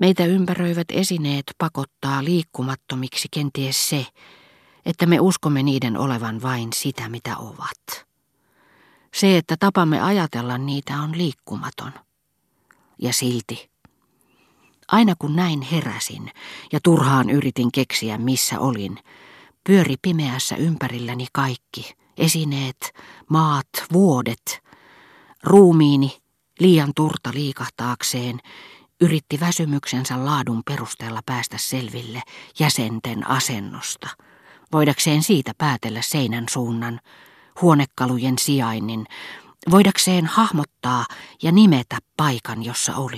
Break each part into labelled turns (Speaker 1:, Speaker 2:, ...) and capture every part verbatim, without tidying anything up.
Speaker 1: Meitä ympäröivät esineet pakottaa liikkumattomiksi kenties se, että me uskomme niiden olevan vain sitä, mitä ovat. Se, että tapamme ajatella niitä, on liikkumaton. Ja silti, aina kun näin heräsin ja turhaan yritin keksiä, missä olin, pyöri pimeässä ympärilläni kaikki, esineet, maat, vuodet. Ruumiini, liian turta liikahtaakseen, yritti väsymyksensä laadun perusteella päästä selville jäsenten asennosta, voidakseen siitä päätellä seinän suunnan, huonekalujen sijainnin, voidakseen hahmottaa ja nimetä paikan, jossa oli.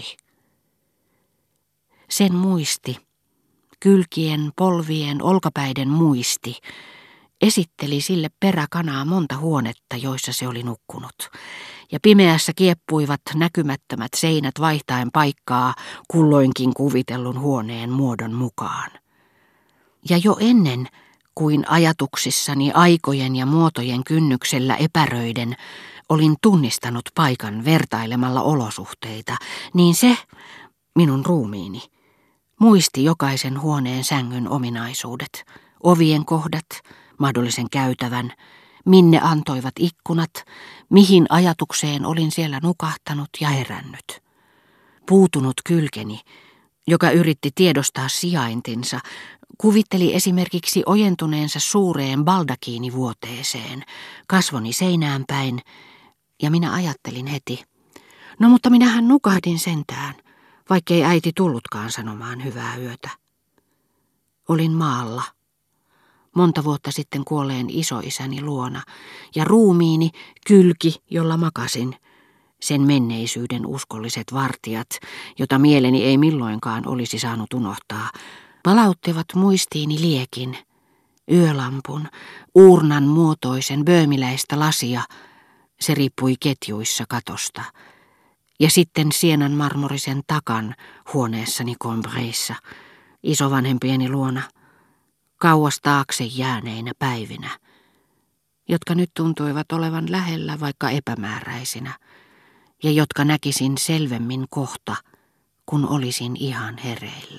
Speaker 1: Sen muisti, kylkien, polvien, olkapäiden muisti, esitteli sille peräkanaa monta huonetta, joissa se oli nukkunut, ja pimeässä kieppuivat näkymättömät seinät vaihtaen paikkaa kulloinkin kuvitellun huoneen muodon mukaan. Ja jo ennen kuin ajatuksissani aikojen ja muotojen kynnyksellä epäröiden olin tunnistanut paikan vertailemalla olosuhteita, niin se, minun ruumiini, muisti jokaisen huoneen sängyn ominaisuudet, ovien kohdat, mahdollisen käytävän, minne antoivat ikkunat, mihin ajatukseen olin siellä nukahtanut ja herännyt. Puutunut kylkeni, joka yritti tiedostaa sijaintinsa, kuvitteli esimerkiksi ojentuneensa suureen baldakiinivuoteeseen, kasvoni seinään päin, ja minä ajattelin heti, no mutta minähän nukahdin sentään, vaikkei äiti tullutkaan sanomaan hyvää yötä. Olin maalla. Monta vuotta sitten kuolleen isoisäni luona, ja ruumiini, kylki, jolla makasin, sen menneisyyden uskolliset vartijat, jota mieleni ei milloinkaan olisi saanut unohtaa, palauttivat muistiini liekin, yölampun, uurnan muotoisen böömiläistä lasia, se riippui ketjuissa katosta, ja sitten sienan marmorisen takan huoneessani Combreissa, isovanhempieni luona, kauas taakse jääneinä päivinä, jotka nyt tuntuivat olevan lähellä vaikka epämääräisinä, ja jotka näkisin selvemmin kohta, kun olisin ihan hereillä.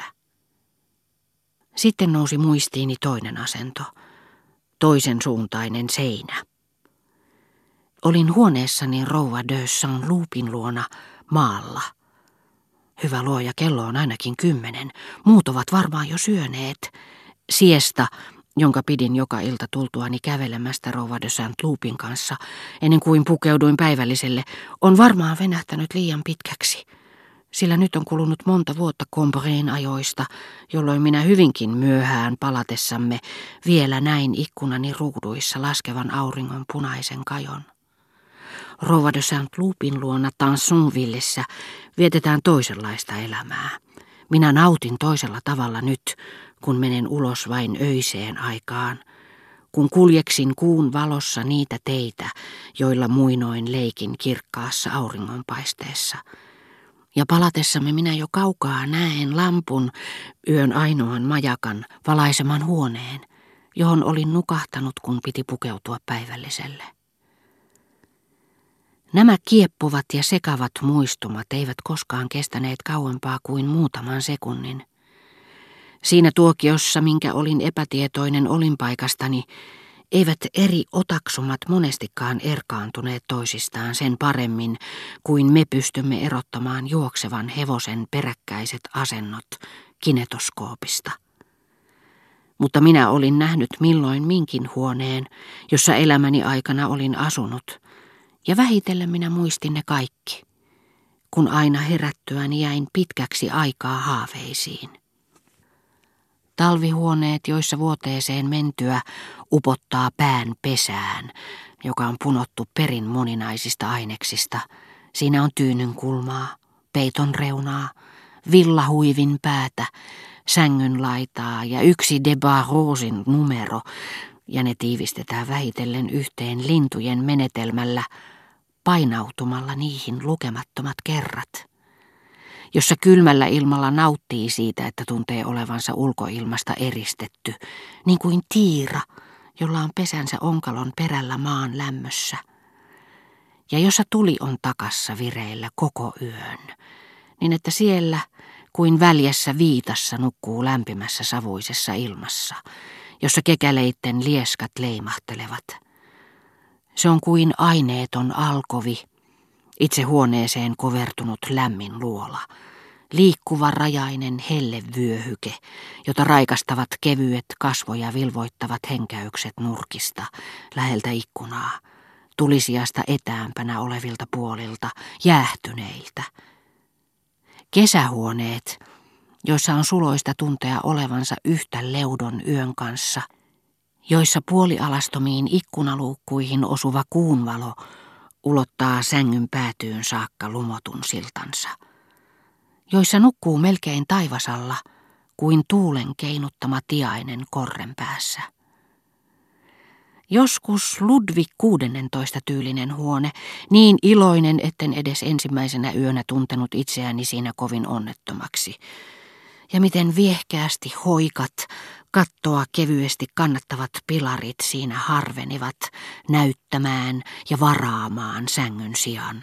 Speaker 1: Sitten nousi muistiini toinen asento, toisen suuntainen seinä. Olin huoneessani rouva de Saint-Loupin luona maalla. Hyvä luoja, kello on ainakin kymmenen, muut ovat varmaan jo syöneet. Siesta, jonka pidin joka ilta tultuani kävelemästä rouva de Saint-Loupin kanssa, ennen kuin pukeuduin päivälliselle, on varmaan venähtänyt liian pitkäksi. Sillä nyt on kulunut monta vuotta Combreen ajoista, jolloin minä hyvinkin myöhään palatessamme vielä näin ikkunani ruuduissa laskevan auringon punaisen kajon. Rouva de Saint-Loupin luona Tansonvillessä vietetään toisenlaista elämää. Minä nautin toisella tavalla nyt, kun menen ulos vain öiseen aikaan, kun kuljeksin kuun valossa niitä teitä, joilla muinoin leikin kirkkaassa auringonpaisteessa. Ja palatessamme minä jo kaukaa näen lampun, yön ainoan majakan, valaiseman huoneen, johon olin nukahtanut, kun piti pukeutua päivälliselle. Nämä kieppuvat ja sekavat muistumat eivät koskaan kestäneet kauempaa kuin muutaman sekunnin. Siinä tuokiossa, minkä olin epätietoinen olinpaikastani, eivät eri otaksumat monestikaan erkaantuneet toisistaan sen paremmin kuin me pystymme erottamaan juoksevan hevosen peräkkäiset asennot kinetoskoopista. Mutta minä olin nähnyt milloin minkin huoneen, jossa elämäni aikana olin asunut, ja vähitellen minä muistin ne kaikki, kun aina herättyäni jäin pitkäksi aikaa haaveisiin. Talvihuoneet, joissa vuoteeseen mentyä upottaa pään pesään, joka on punottu perin moninaisista aineksista. Siinä on tyynyn kulmaa, peiton reunaa, villahuivin päätä, sängyn laitaa ja yksi de Barrosin numero, ja ne tiivistetään vähitellen yhteen lintujen menetelmällä, painautumalla niihin lukemattomat kerrat, jossa kylmällä ilmalla nauttii siitä, että tuntee olevansa ulkoilmasta eristetty, niin kuin tiira, jolla on pesänsä onkalon perällä maan lämmössä, ja jossa tuli on takassa vireillä koko yön, niin että siellä kuin väljässä viitassa nukkuu lämpimässä savuisessa ilmassa, jossa kekäleitten lieskat leimahtelevat. Se on kuin aineeton alkovi, itse huoneeseen kovertunut lämmin luola, liikkuva rajainen hellevyöhyke, jota raikastavat kevyet kasvoja vilvoittavat henkäykset nurkista, läheltä ikkunaa, tulisijasta etäämpänä olevilta puolilta, jäähtyneiltä. Kesähuoneet, joissa on suloista tuntea olevansa yhtä leudon yön kanssa, joissa puolialastomiin ikkunaluukkuihin osuva kuunvalo ulottaa sängyn päätyyn saakka lumotun siltansa, joissa nukkuu melkein taivasalla kuin tuulen keinuttama tiainen korren päässä. Joskus Ludwig kuudennentoista tyylinen huone, niin iloinen, etten edes ensimmäisenä yönä tuntenut itseäni siinä kovin onnettomaksi. Ja miten viehkeästi hoikat, kattoa kevyesti kannattavat pilarit siinä harvenivat näyttämään ja varaamaan sängyn sijaan.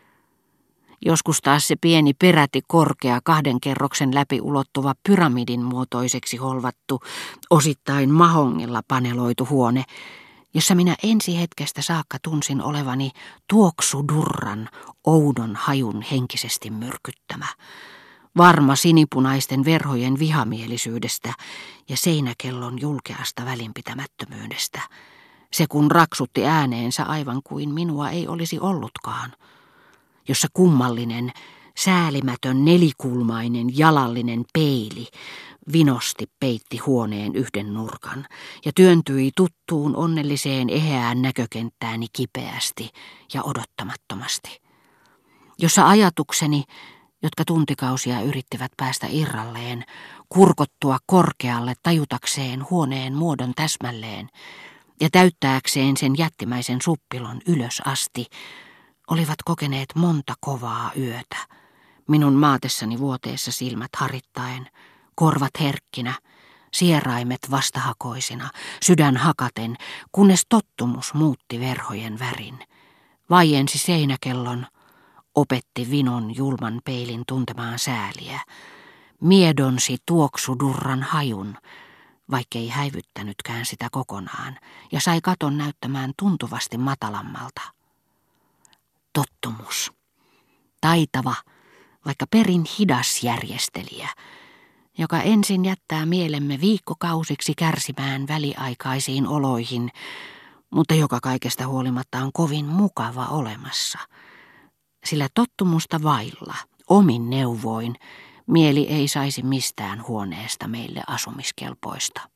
Speaker 1: Joskus taas se pieni peräti korkea kahden kerroksen läpi ulottuva pyramidin muotoiseksi holvattu, osittain mahongilla paneloitu huone, jossa minä ensi hetkestä saakka tunsin olevani tuoksudurran oudon hajun henkisesti myrkyttämä, varma sinipunaisten verhojen vihamielisyydestä ja seinäkellon julkeasta välinpitämättömyydestä, se kun raksutti ääneensä aivan kuin minua ei olisi ollutkaan, jossa kummallinen, säälimätön nelikulmainen jalallinen peili vinosti peitti huoneen yhden nurkan ja työntyi tuttuun onnelliseen eheään näkökenttääni kipeästi ja odottamattomasti, jossa ajatukseni, jotka tuntikausia yrittivät päästä irralleen, kurkottua korkealle tajutakseen huoneen muodon täsmälleen ja täyttääkseen sen jättimäisen suppilon ylös asti, olivat kokeneet monta kovaa yötä, minun maatessani vuoteessa silmät harittaen, korvat herkkinä, sieraimet vastahakoisina, sydän hakaten, kunnes tottumus muutti verhojen värin, vaiensi seinäkellon, opetti vinon julman peilin tuntemaan sääliä, miedonsi tuoksudurran hajun, vaikkei häivyttänytkään sitä kokonaan, ja sai katon näyttämään tuntuvasti matalammalta. Tottumus. Taitava, vaikka perin hidas järjestelijä, joka ensin jättää mielemme viikkokausiksi kärsimään väliaikaisiin oloihin, mutta joka kaikesta huolimatta on kovin mukava olemassa. Sillä tottumusta vailla, omin neuvoin, mieli ei saisi mistään huoneesta meille asumiskelpoista.